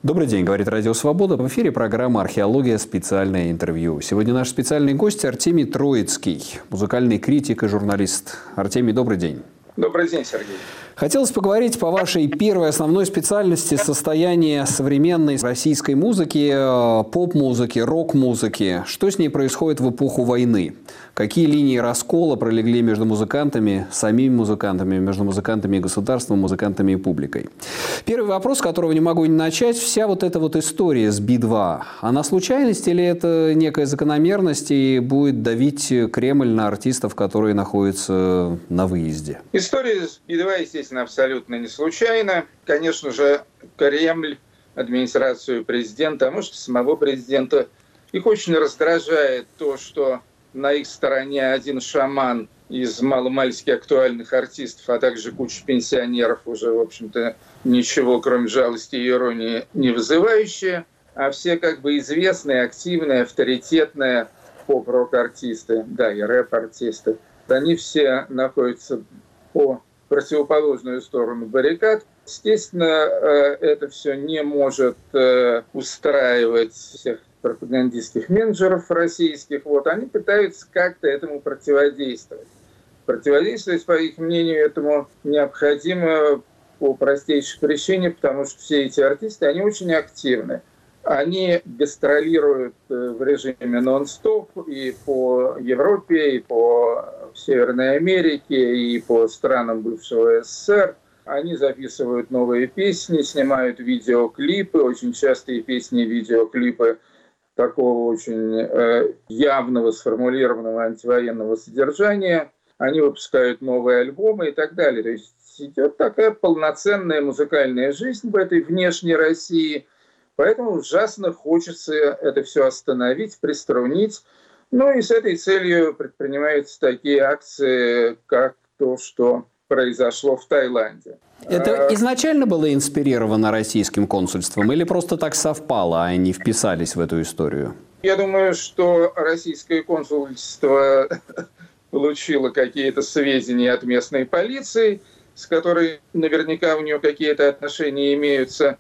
Добрый день, говорит Радио Свобода. В эфире программа «Археология. Специальное интервью». Сегодня наш специальный гость Артемий Троицкий, музыкальный критик и журналист. Артемий, добрый день. Добрый день, Сергей. Хотелось поговорить по вашей первой основной специальности состояния современной российской музыки, поп-музыки, рок-музыки. Что с ней происходит в эпоху войны? Какие линии раскола пролегли между музыкантами, самими музыкантами, между музыкантами и государством, музыкантами и публикой? Первый вопрос, с которого не могу не начать. Вся вот эта вот история с Би-2, она случайность или это некая закономерность и будет давить Кремль на артистов, которые находятся на выезде? История с Би-2, естественно, абсолютно не случайна. Конечно же, Кремль, администрацию президента, а может, самого президента, их очень раздражает то, что на их стороне один шаман из маломальски актуальных артистов, а также куча пенсионеров, уже, в общем-то, ничего, кроме жалости и иронии, не вызывающие, а все как бы известные, активные, авторитетные поп-рок-артисты, да, и рэп-артисты, они все находятся по противоположную сторону баррикад. Естественно, это все не может устраивать всех пропагандистских менеджеров российских. Вот, они пытаются как-то этому противодействовать. Противодействовать, по их мнению, этому необходимо по простейшей причине, потому что все эти артисты, они очень активны. Они гастролируют в режиме нон-стоп и по Европе, и по Северной Америке, и по странам бывшего СССР. Они записывают новые песни, снимают видеоклипы, очень частые песни и видеоклипы такого очень явного, сформулированного антивоенного содержания. Они выпускают новые альбомы и так далее. То есть идет такая полноценная музыкальная жизнь в этой внешней России. Поэтому ужасно хочется это все остановить, приструнить. Ну и с этой целью предпринимаются такие акции, как то, что произошло в Таиланде. Это изначально было инспирировано российским консульством или просто так совпало, а они вписались в эту историю? Я думаю, что российское консульство получило какие-то сведения от местной полиции, с которой наверняка у нее какие-то отношения имеются,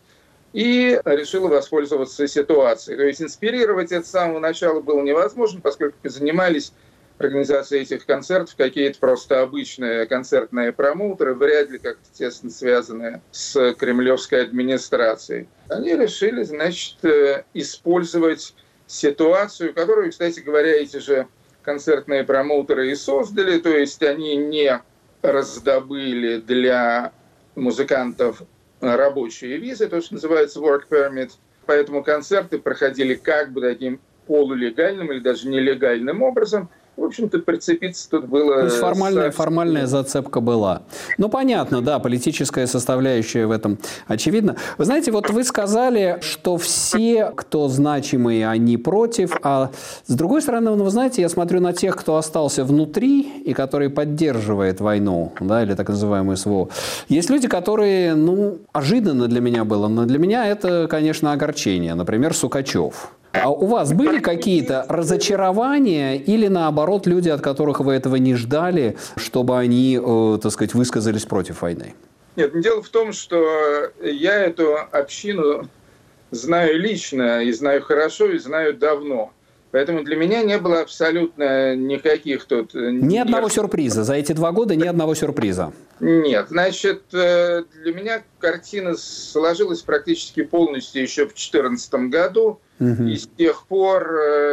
и решила воспользоваться ситуацией. То есть инспирировать это с самого начала было невозможно, поскольку занимались организацией этих концертов какие-то просто обычные концертные промоутеры, вряд ли как-то тесно связанные с кремлевской администрацией. Они решили, значит, использовать ситуацию, которую, кстати говоря, эти же концертные промоутеры и создали, то есть они не раздобыли для музыкантов рабочие визы, то, что называется work permit, поэтому концерты проходили как бы таким полулегальным или даже нелегальным образом. В общем-то, прицепиться тут было... То есть формальная зацепка была. Ну, понятно, да, политическая составляющая в этом очевидна. Вы знаете, вот вы сказали, что все, кто значимые, они против, а с другой стороны, вы знаете, я смотрю на тех, кто остался внутри и который поддерживает войну, да, или так называемую СВО. Есть люди, которые, ожиданно для меня было, но для меня это, конечно, огорчение. Например, Сукачев. А у вас были какие-то разочарования или, наоборот, люди, от которых вы этого не ждали, чтобы они, так сказать, высказались против войны? Нет, дело в том, что я эту общину знаю лично, и знаю хорошо, и знаю давно. Поэтому для меня не было абсолютно никаких тут... Ни одного сюрприза. За эти 2 года ни одного сюрприза. Нет. Значит, для меня картина сложилась практически полностью еще в 2014 году. И с тех пор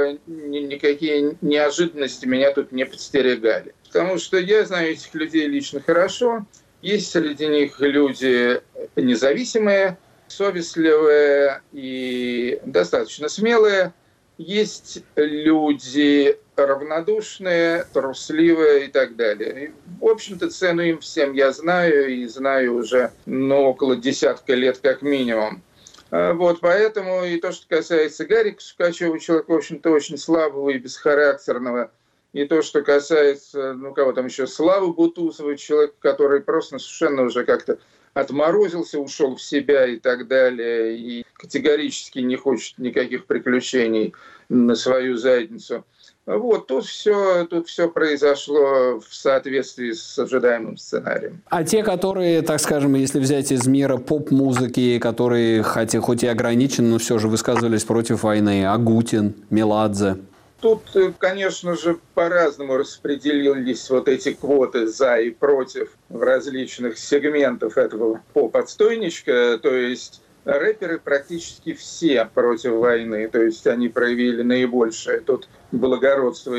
никакие неожиданности меня тут не подстерегали. Потому что я знаю этих людей лично хорошо. Есть среди них люди независимые, совестливые и достаточно смелые. Есть люди равнодушные, трусливые и так далее. И, в общем-то, цену им всем я знаю, и знаю уже около 10 лет как минимум. Вот, поэтому и то, что касается Гарика Сукачева, человека, в общем-то, очень слабого и бесхарактерного, и то, что касается, кого там еще, Славы Бутусова, человека, который просто совершенно уже как-то отморозился, ушел в себя и так далее, и категорически не хочет никаких приключений на свою задницу. Вот, тут все произошло в соответствии с ожидаемым сценарием. А те, которые, так скажем, если взять из мира поп-музыки, которые, хотя хоть и ограничены, но все же высказывались против войны, Агутин, Меладзе? Тут, конечно же, по-разному распределились вот эти квоты за и против в различных сегментах этого поп-отстойничка. То есть рэперы практически все против войны. То есть они проявили наибольшее тут благородство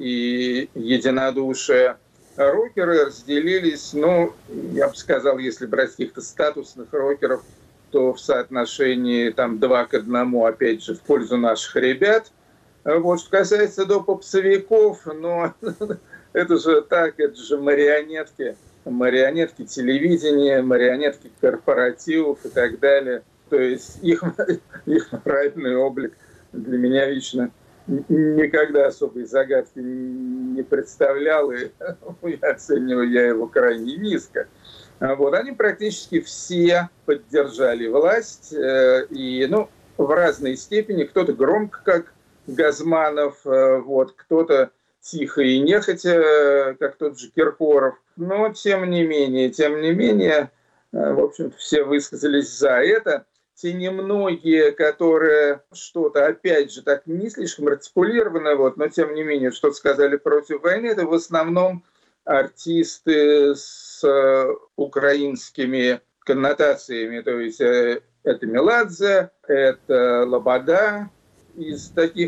и единодушие. Рокеры разделились, я бы сказал, если брать каких-то статусных рокеров, то в соотношении там 2 к 1, опять же, в пользу наших ребят. Вот, что касается до попсовиков, это же так, это же марионетки телевидения, марионетки корпоративов и так далее. То есть их моральный облик для меня лично никогда особой загадки не представлял, и оцениваю я его крайне низко. Вот, они практически все поддержали власть, и в разной степени, кто-то громко, как Газманов, кто-то тихо и нехотя, как тот же Киркоров. Но тем не менее, в общем-то, все высказались за это. Те немногие, которые что-то, опять же, так не слишком артикулировано, но тем не менее что-то сказали против войны, это в основном артисты с украинскими коннотациями. То есть это Меладзе, это Лобода, из таких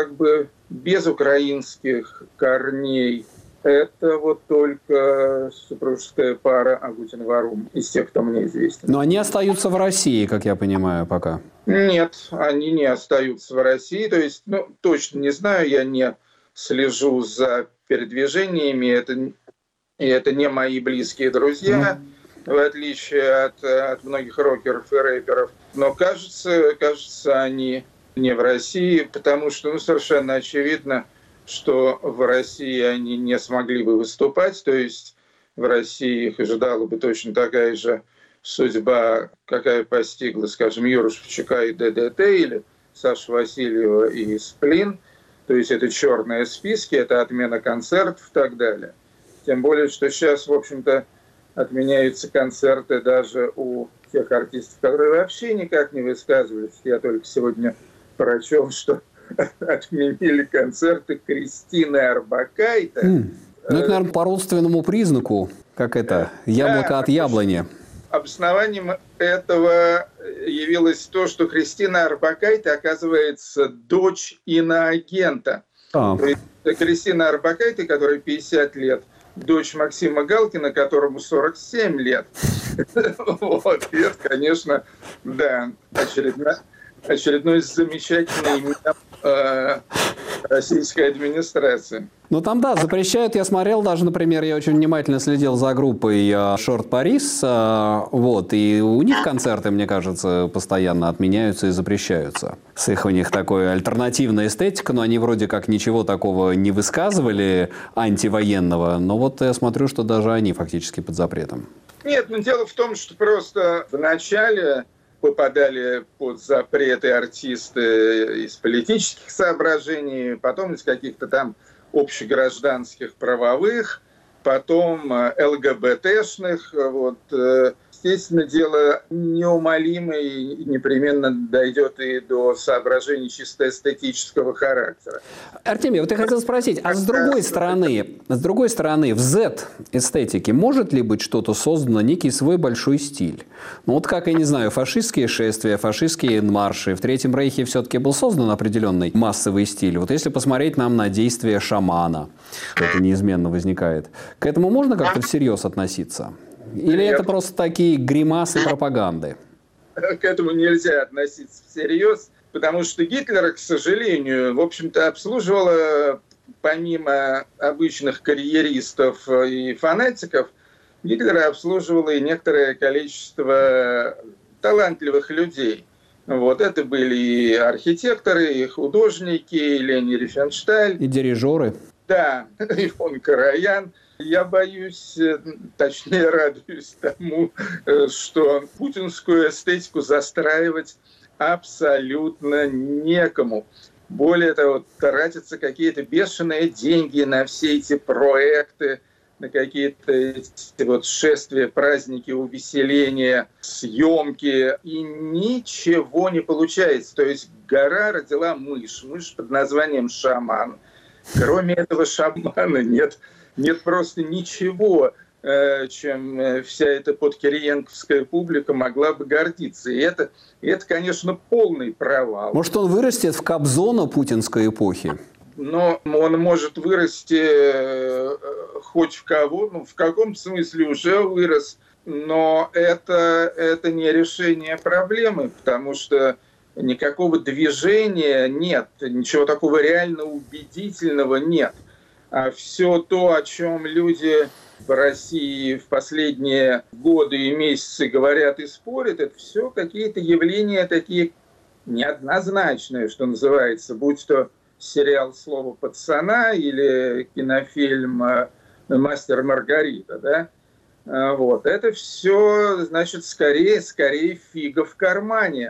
без украинских корней. Это только супружеская пара Агутин-Варум, из тех, кто мне известен. Но они остаются в России, как я понимаю, пока. Нет, они не остаются в России. То есть, точно не знаю, я не слежу за передвижениями. Это не мои близкие друзья, в отличие от многих рокеров и рэперов. Но кажется, они не в России, потому что совершенно очевидно, что в России они не смогли бы выступать, то есть в России их ожидала бы точно такая же судьба, какая постигла, скажем, Юру Шевчука и ДДТ, или Сашу Васильева и Сплин, то есть это черные списки, это отмена концертов и так далее. Тем более, что сейчас, в общем-то, отменяются концерты даже у тех артистов, которые вообще никак не высказывались. Я только сегодня прочел, что отменили концерты Кристины Орбакайте. Это, наверное, по родственному признаку, как это, яблоко от яблони. Обоснованием этого явилось то, что Кристина Орбакайте, оказывается, дочь иноагента. Кристина Орбакайте, которой 50 лет, дочь Максима Галкина, которому 47 лет. Вот, и это, конечно, да, очередной замечательный мем российской администрации. Там, да, запрещают. Я смотрел даже, например, я очень внимательно следил за группой Short Paris, и у них концерты, мне кажется, постоянно отменяются и запрещаются. У них такая альтернативная эстетика, но они вроде как ничего такого не высказывали антивоенного, но я смотрю, что даже они фактически под запретом. Нет, дело в том, что просто в начале попадали под запреты артисты из политических соображений, потом из каких-то там общегражданских правовых, потом ЛГБТшных. Естественно, дело неумолимо и непременно дойдет и до соображений чисто эстетического характера. Артемий, я хотел спросить, а с другой стороны, в Z-эстетике может ли быть что-то создано, некий свой большой стиль? Как, я не знаю, фашистские шествия, фашистские марши. В Третьем Рейхе все-таки был создан определенный массовый стиль. Если посмотреть нам на действия шамана, это неизменно возникает. К этому можно как-то всерьез относиться? Или это просто такие гримасы пропаганды? К этому нельзя относиться всерьез, потому что Гитлера, к сожалению, в общем-то, обслуживала, помимо обычных карьеристов и фанатиков, Гитлера обслуживало и некоторое количество талантливых людей. Это были и архитекторы, и художники, и Лени Рифеншталь. И дирижеры. Да, и фон Караян. Я боюсь, точнее радуюсь тому, что путинскую эстетику застраивать абсолютно некому. Более того, тратятся какие-то бешеные деньги на все эти проекты, на какие-то эти вот шествия, праздники, увеселения, съемки, и ничего не получается. То есть гора родила мышь под названием шаман. Кроме этого шамана нет просто ничего, чем вся эта подкириенковская публика могла бы гордиться. И это, конечно, полный провал. Может, он вырастет в Кобзона путинской эпохи? Но он может вырасти хоть в кого, в каком смысле уже вырос, но это не решение проблемы, потому что никакого движения нет, ничего такого реально убедительного нет. А все то, о чем люди в России в последние годы и месяцы говорят и спорят, это все какие-то явления такие неоднозначные, что называется, будь то сериал «Слово пацана» или кинофильм «Мастер и Маргарита». Да? Вот. Это все, значит, скорее фига в кармане,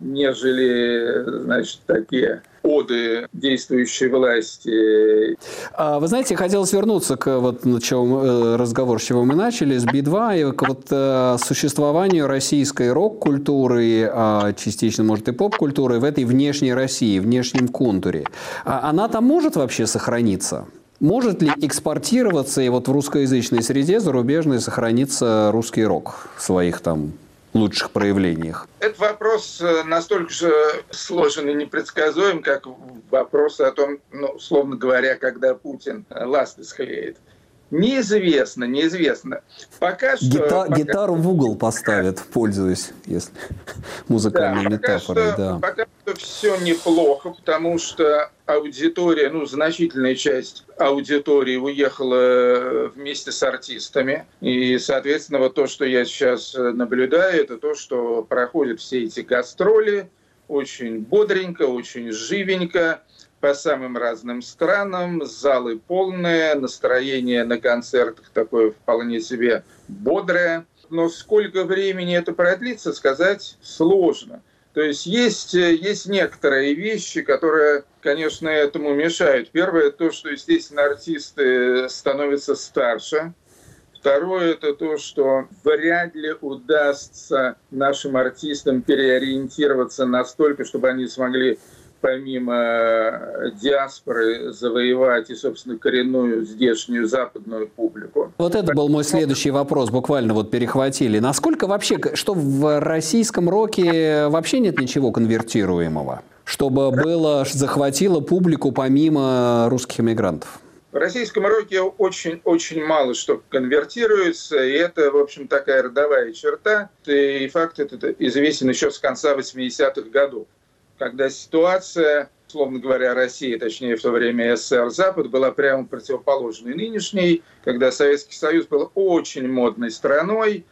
нежели, значит, такие оды действующей власти. Вы знаете, хотелось вернуться к разговор, с чего мы начали, с Би-2, и к существованию российской рок-культуры, частично, может, и поп-культуры в этой внешней России, внешнем контуре. Она там может вообще сохраниться? Может ли экспортироваться и вот в русскоязычной среде зарубежной сохраниться русский рок в своих там лучших проявлениях? Этот вопрос настолько же сложен и непредсказуем, как вопрос о том, условно говоря, когда Путин ласты склеит. Неизвестно. Пока что... Гитару в угол поставят, пользуясь, если музыкальной метафорой. Пока что все неплохо, потому что аудитория, значительная часть аудитории уехала вместе с артистами. И, соответственно, вот то, что я сейчас наблюдаю, это то, что проходят все эти гастроли очень бодренько, очень живенько, по самым разным странам, залы полные, настроение на концертах такое вполне себе бодрое. Но сколько времени это продлится, сказать сложно. То есть есть некоторые вещи, которые, конечно, этому мешают. Первое, то, что, естественно, артисты становятся старше. Второе, это то, что вряд ли удастся нашим артистам переориентироваться настолько, чтобы они смогли помимо диаспоры завоевать и, собственно, коренную здешнюю западную публику. Вот это был мой следующий вопрос, буквально вот перехватили. Насколько вообще, что в российском роке вообще нет ничего конвертируемого, чтобы захватило публику помимо русских эмигрантов? В российском роке очень мало что конвертируется, и это, в общем, такая родовая черта. И факт этот известен еще с конца 80-х годов, когда ситуация, условно говоря, Россия, точнее в то время СССР, Запад, была прямо противоположной нынешней, когда Советский Союз был очень модной страной,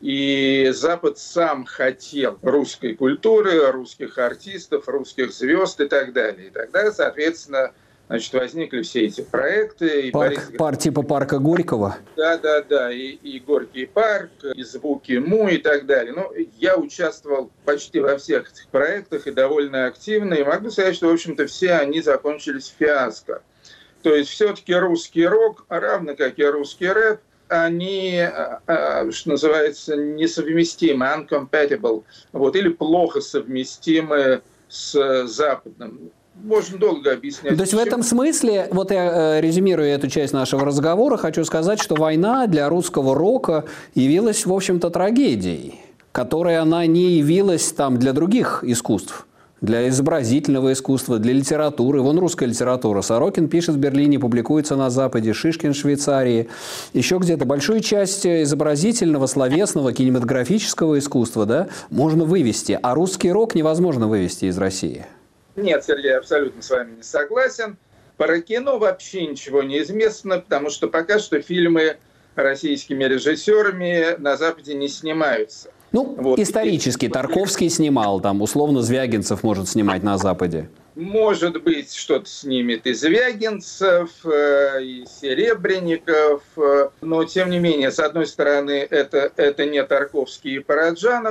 и Запад сам хотел русской культуры, русских артистов, русских звезд и так далее. И тогда, соответственно, возникли все эти проекты. Типа парка Горького? Да. И Горький парк, и звуки Му и так далее. Я участвовал почти во всех этих проектах и довольно активно. И могу сказать, что, в общем-то, все они закончились фиаско. То есть все-таки русский рок, равно как и русский рэп, они, что называется, несовместимы, uncompatible, или плохо совместимы с западным. Можно долго объяснять. То есть в этом смысле, вот я резюмируя эту часть нашего разговора, хочу сказать, что война для русского рока явилась, в общем-то, трагедией, которой она не явилась для других искусств. Для изобразительного искусства, для литературы. Вон русская литература. Сорокин пишет в Берлине, публикуется на Западе, Шишкин в Швейцарии. Еще где-то большую часть изобразительного, словесного, кинематографического искусства можно вывести, а русский рок невозможно вывести из России. Нет, Сергей, абсолютно с вами не согласен. Про кино вообще ничего не известно, потому что пока что фильмы российскими режиссерами на Западе не снимаются. Исторически. Тарковский снимал, условно Звягинцев может снимать на Западе. Может быть, что-то снимет и Звягинцев, и Серебренников, но, тем не менее, с одной стороны, это не Тарковский и Параджанов,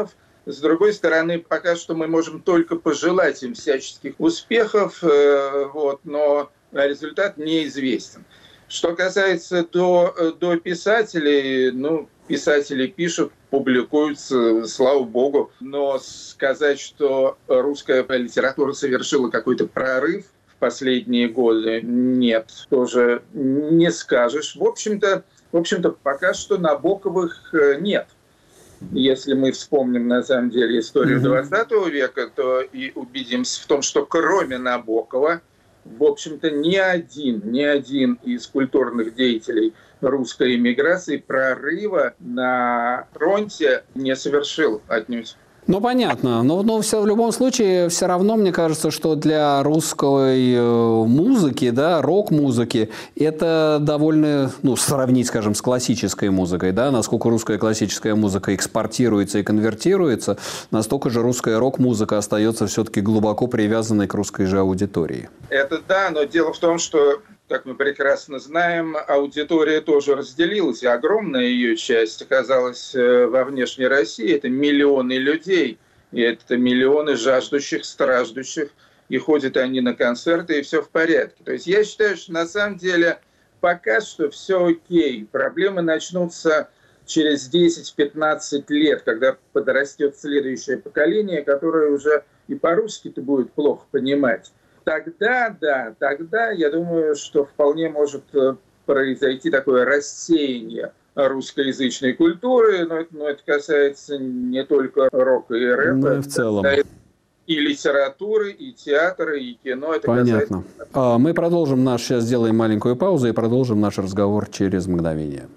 С другой стороны, пока что мы можем только пожелать им всяческих успехов, но результат неизвестен. Что касается до писателей, писатели пишут, публикуются, слава богу, но сказать, что русская литература совершила какой-то прорыв в последние годы, нет, тоже не скажешь. В общем-то, пока что Набоковых нет. Если мы вспомним, на самом деле, историю 20 века, то и убедимся в том, что кроме Набокова, в общем-то, ни один из культурных деятелей русской эмиграции прорыва на фронте не совершил отнюдь. Понятно. Но в любом случае, все равно, мне кажется, что для русской музыки, рок-музыки, это довольно, сравнить, скажем, с классической музыкой, насколько русская классическая музыка экспортируется и конвертируется, настолько же русская рок-музыка остается все-таки глубоко привязанной к русской же аудитории. Это да, но дело в том, что, как мы прекрасно знаем, аудитория тоже разделилась, и огромная ее часть оказалась во внешней России. Это миллионы людей, и это миллионы жаждущих, страждущих, и ходят они на концерты, и все в порядке. То есть я считаю, что на самом деле пока что все окей. Проблемы начнутся через 10-15 лет, когда подрастет следующее поколение, которое уже и по-русски-то будет плохо понимать. Тогда, я думаю, что вполне может произойти такое рассеяние русскоязычной культуры, но это касается не только рока и рэпа, но и в целом. И литературы, и театра, и кино. Это понятно. Мы продолжим сейчас сделаем маленькую паузу и продолжим наш разговор через мгновение.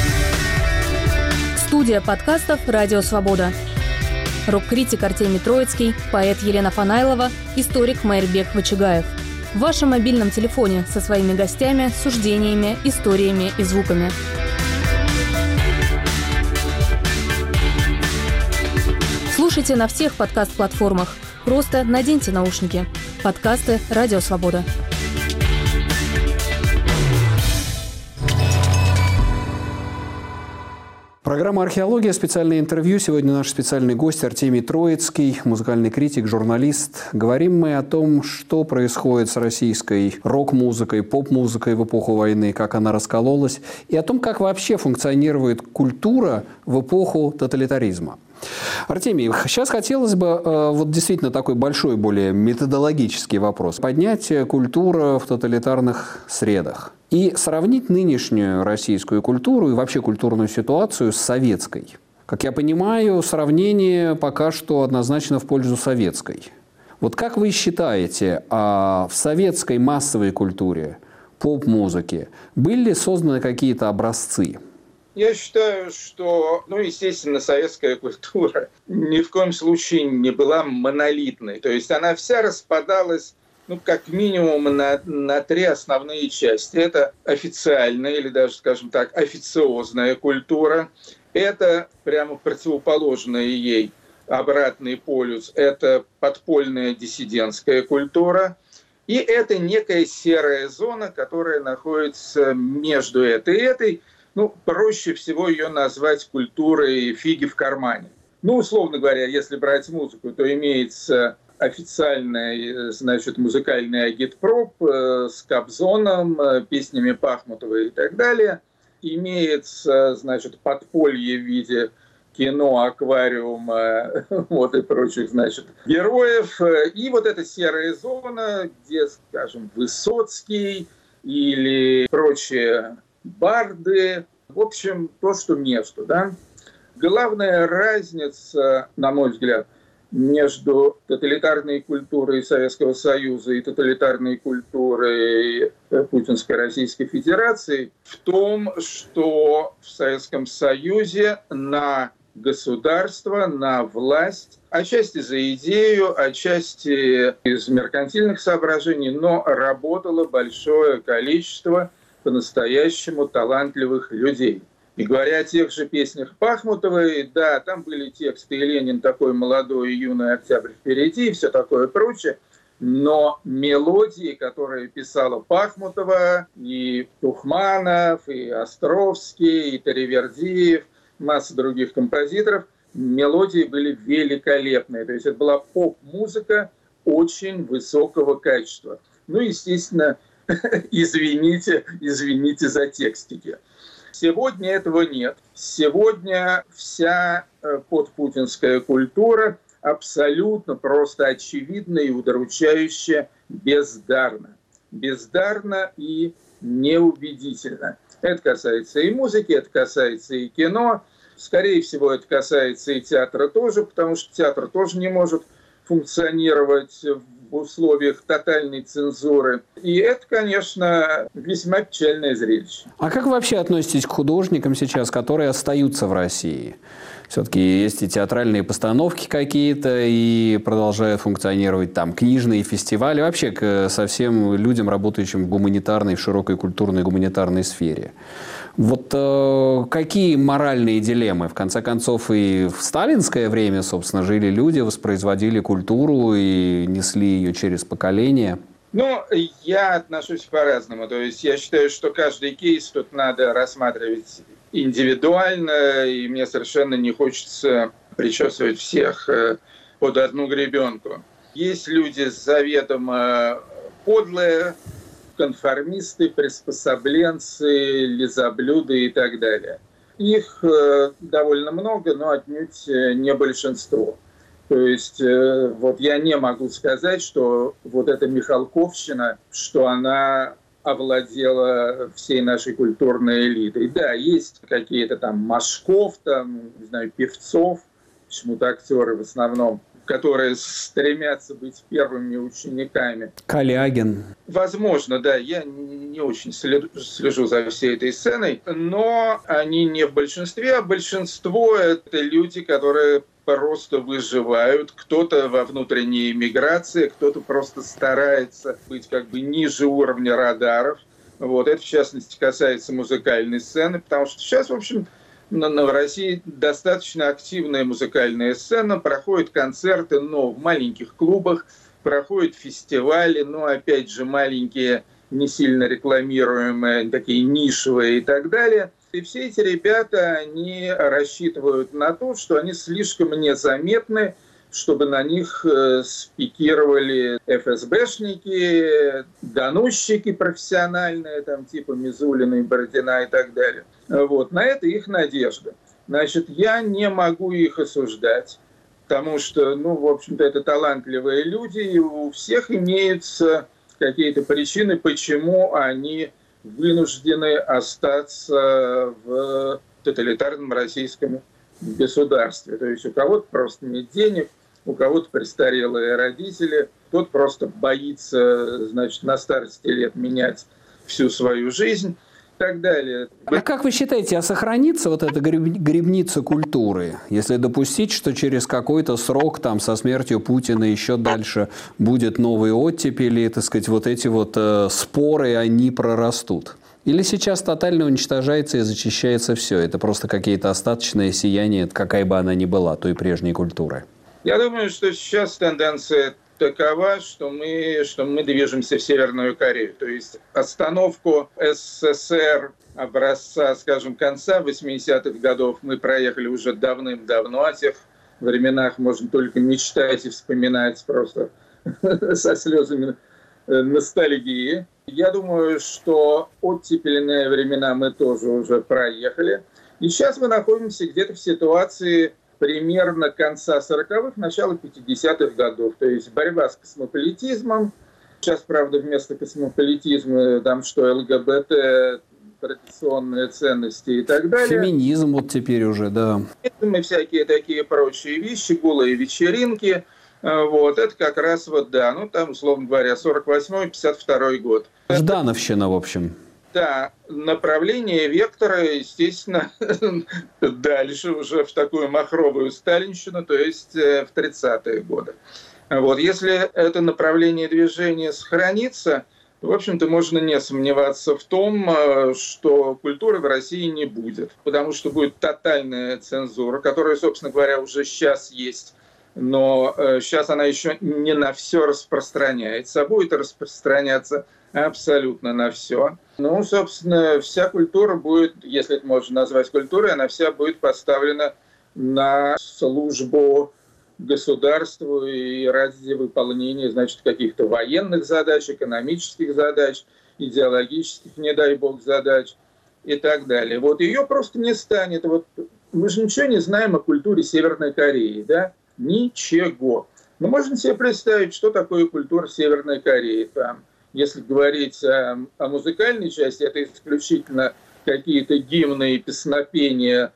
Студия подкастов «Радио Свобода». Рок-критик Артемий Троицкий, поэт Елена Фанайлова, историк Майрбек Вачигаев. В вашем мобильном телефоне со своими гостями, суждениями, историями и звуками. Слушайте на всех подкаст-платформах. Просто наденьте наушники. Подкасты «Радио Свобода». Программа «Археология», специальное интервью. Сегодня наш специальный гость Артемий Троицкий, музыкальный критик, журналист. Говорим мы о том, что происходит с российской рок-музыкой, поп-музыкой в эпоху войны, как она раскололась, и о том, как вообще функционирует культура в эпоху тоталитаризма. Артемий, сейчас хотелось бы действительно такой большой, более методологический вопрос. Поднять культуру в тоталитарных средах и сравнить нынешнюю российскую культуру и вообще культурную ситуацию с советской. Как я понимаю, сравнение пока что однозначно в пользу советской. Вот как вы считаете, в советской массовой культуре, поп-музыке были ли созданы какие-то образцы? Я считаю, что, естественно, советская культура ни в коем случае не была монолитной. То есть она вся распадалась, как минимум, на три основные части. Это официальная или даже, скажем так, официозная культура. Это прямо противоположная ей обратный полюс. Это подпольная диссидентская культура. И это некая серая зона, которая находится между этой и этой. Проще всего ее назвать культурой фиги в кармане. Условно говоря, если брать музыку, то имеется официальный, музыкальный агитпроп с Кобзоном, песнями Пахмутовой и так далее. Имеется, подполье в виде кино, аквариума, и прочих, героев. И вот эта серая зона, где, скажем, Высоцкий или прочие барды, в общем, то, что между, Главная разница, на мой взгляд, между тоталитарной культурой Советского Союза и тоталитарной культурой Путинской Российской Федерации в том, что в Советском Союзе на государство, на власть, отчасти за идею, отчасти из меркантильных соображений, но работало большое количество по-настоящему талантливых людей. И говоря о тех же песнях Пахмутовой, да, там были тексты «И Ленин такой молодой, и юный октябрь впереди», и все такое прочее, но мелодии, которые писала Пахмутова, и Тухманов, и Островский, и Таривердиев, масса других композиторов, мелодии были великолепные. То есть это была поп-музыка очень высокого качества. Ну, естественно, извините за текстики. Сегодня этого нет. Сегодня вся подпутинская культура абсолютно просто очевидно и удручающе бездарна. Бездарна и неубедительна. Это касается и музыки, это касается и кино. Скорее всего, это касается и театра тоже, потому что театр тоже не может функционировать в условиях тотальной цензуры. И это, конечно, весьма печальное зрелище. А как вы вообще относитесь к художникам сейчас, которые остаются в России? Все-таки есть и театральные постановки какие-то, и продолжают функционировать там книжные фестивали. Вообще к совсем людям, работающим в гуманитарной, в широкой культурной гуманитарной сфере. Вот какие моральные дилеммы? В конце концов, и в сталинское время, собственно, жили люди, воспроизводили культуру и несли ее через поколения. Ну, я отношусь по-разному. То есть я считаю, что каждый кейс тут надо рассматривать индивидуально, и мне совершенно не хочется причесывать всех под одну гребенку. Есть люди заведомо подлые, конформисты, приспособленцы, лизоблюды и так далее. Их довольно много, но отнюдь не большинство. То есть вот я не могу сказать, что вот эта Михалковщина, что она овладела всей нашей культурной элитой. Да, есть какие-то там Машков, там, не знаю, Певцов, почему-то актеры в основном, которые стремятся быть первыми учениками. Калягин. Возможно, да, я не очень слежу за всей этой сценой, но они не в большинстве, а большинство – это люди, которые просто выживают. Кто-то во внутренней эмиграции, кто-то просто старается быть как бы ниже уровня радаров. Вот. Это, в частности, касается музыкальной сцены, потому что сейчас, в общем, в России достаточно активная музыкальная сцена, проходят концерты, но в маленьких клубах, проходят фестивали, но, опять же, маленькие, не сильно рекламируемые, такие нишевые и так далее. И все эти ребята, они рассчитывают на то, что они слишком незаметны, чтобы на них спикировали ФСБшники, доносчики профессиональные, там, типа Мизулина и Бородина и так далее. Вот. На это их надежда. Значит, я не могу их осуждать, потому что, ну, в общем-то, это талантливые люди, и у всех имеются какие-то причины, почему они вынуждены остаться в тоталитарном российском государстве. То есть у кого-то просто нет денег, у кого-то престарелые родители, кто-то просто боится, значит, на старости лет менять всю свою жизнь и так далее. А как вы считаете, а сохранится вот эта гребница культуры, если допустить, что через какой-то срок, там, со смертью Путина еще дальше будет новый оттепель, и, так сказать, вот эти вот споры, они прорастут? Или сейчас тотально уничтожается и зачищается все? Это просто какие-то остаточные сияния, какая бы она ни была, той прежней культуры. Я думаю, что сейчас тенденция такова, что мы движемся в Северную Корею. То есть остановку СССР образца, скажем, конца 80-х годов мы проехали уже давным-давно. О тех временах можно только мечтать и вспоминать просто со слезами ностальгии. Я думаю, что оттепельные времена мы тоже уже проехали. И сейчас мы находимся где-то в ситуации примерно конца 40-х, начала 50-х годов. То есть борьба с космополитизмом. Сейчас, правда, вместо космополитизма там что, ЛГБТ, традиционные ценности и так далее. Феминизм вот теперь уже, да. И всякие такие прочие вещи, голые вечеринки. Вот, это как раз вот, да, ну там, условно говоря, 48-52 год. Ждановщина, в общем. Да, направление вектора, естественно, дальше уже в такую махровую сталинщину, то есть в 30-е годы. Вот, если это направление движения сохранится, в общем-то, можно не сомневаться в том, что культуры в России не будет, потому что будет тотальная цензура, которая, собственно говоря, уже сейчас есть. Но сейчас она еще не на все распространяется, а будет распространяться абсолютно на все. Ну, собственно, вся культура будет, если это можно назвать культурой, она вся будет поставлена на службу государству и ради выполнения, значит, каких-то военных задач, экономических задач, идеологических, не дай бог, задач и так далее. Вот ее просто не станет. Вот мы же ничего не знаем о культуре Северной Кореи, да? Ничего. Мы можем себе представить, что такое культура Северной Кореи. Там, если говорить о музыкальной части, это исключительно какие-то гимны и песнопения,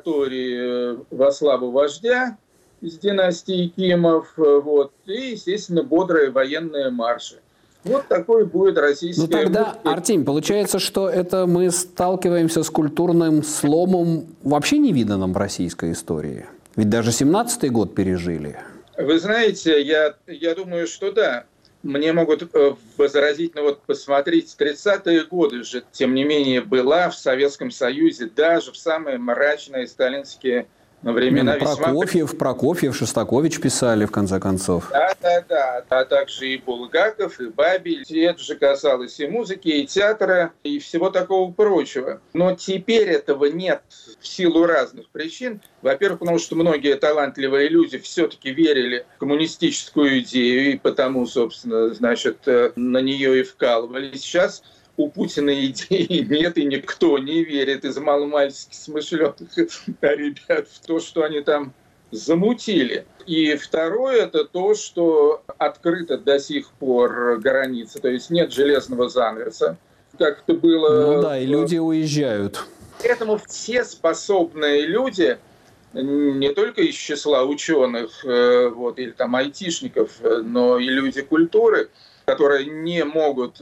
оратории во славу вождя из династии Кимов, вот, и, естественно, бодрые военные марши. Вот такой будет российская музыка. Ну тогда, Артемий, получается, что это мы сталкиваемся с культурным сломом вообще невиданным в российской истории? Ведь даже 17-й год пережили. Вы знаете, я думаю, что да. Мне могут возразить, ну вот посмотрите, 30-е годы же, тем не менее, была в Советском Союзе, даже в самые мрачные сталинские времена. Прокофьев, Шостакович писали, в конце концов. Да. А также и Булгаков, и Бабель. Это же касалось и музыки, и театра, и всего такого прочего. Но теперь этого нет в силу разных причин. Во-первых, потому что многие талантливые люди все-таки верили в коммунистическую идею, и потому, собственно, значит, на нее и вкалывали. Сейчас у Путина идеи нет, и никто не верит из маломальски смышленых ребят в то, что они там замутили. И второе, это то, что открыто до сих пор граница, то есть нет железного занавеса, как это было. Ну да, и люди уезжают. Поэтому все способные люди, не только из числа ученых вот, или там айтишников, но и люди культуры, которые не могут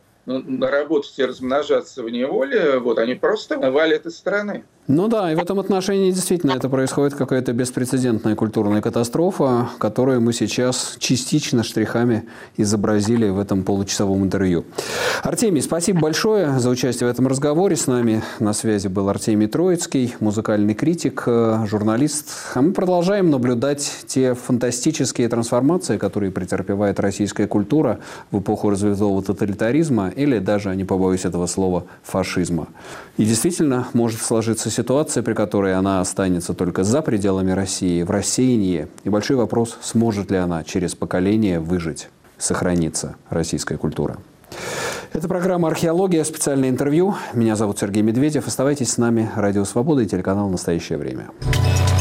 работать и размножаться в неволе, вот они просто валят из страны. Ну да, и в этом отношении действительно это происходит какая-то беспрецедентная культурная катастрофа, которую мы сейчас частично штрихами изобразили в этом получасовом интервью. Артемий, спасибо большое за участие в этом разговоре. С нами на связи был Артемий Троицкий, музыкальный критик, журналист. А мы продолжаем наблюдать те фантастические трансформации, которые претерпевает российская культура в эпоху развитого тоталитаризма или даже, не побоюсь этого слова, фашизма. И действительно может сложиться ситуация, при которой она останется только за пределами России, в рассеянии. И большой вопрос, сможет ли она через поколение выжить, сохраниться, российская культура. Это программа «Археология», специальное интервью. Меня зовут Сергей Медведев. Оставайтесь с нами. Радио «Свобода» и телеканал «Настоящее время».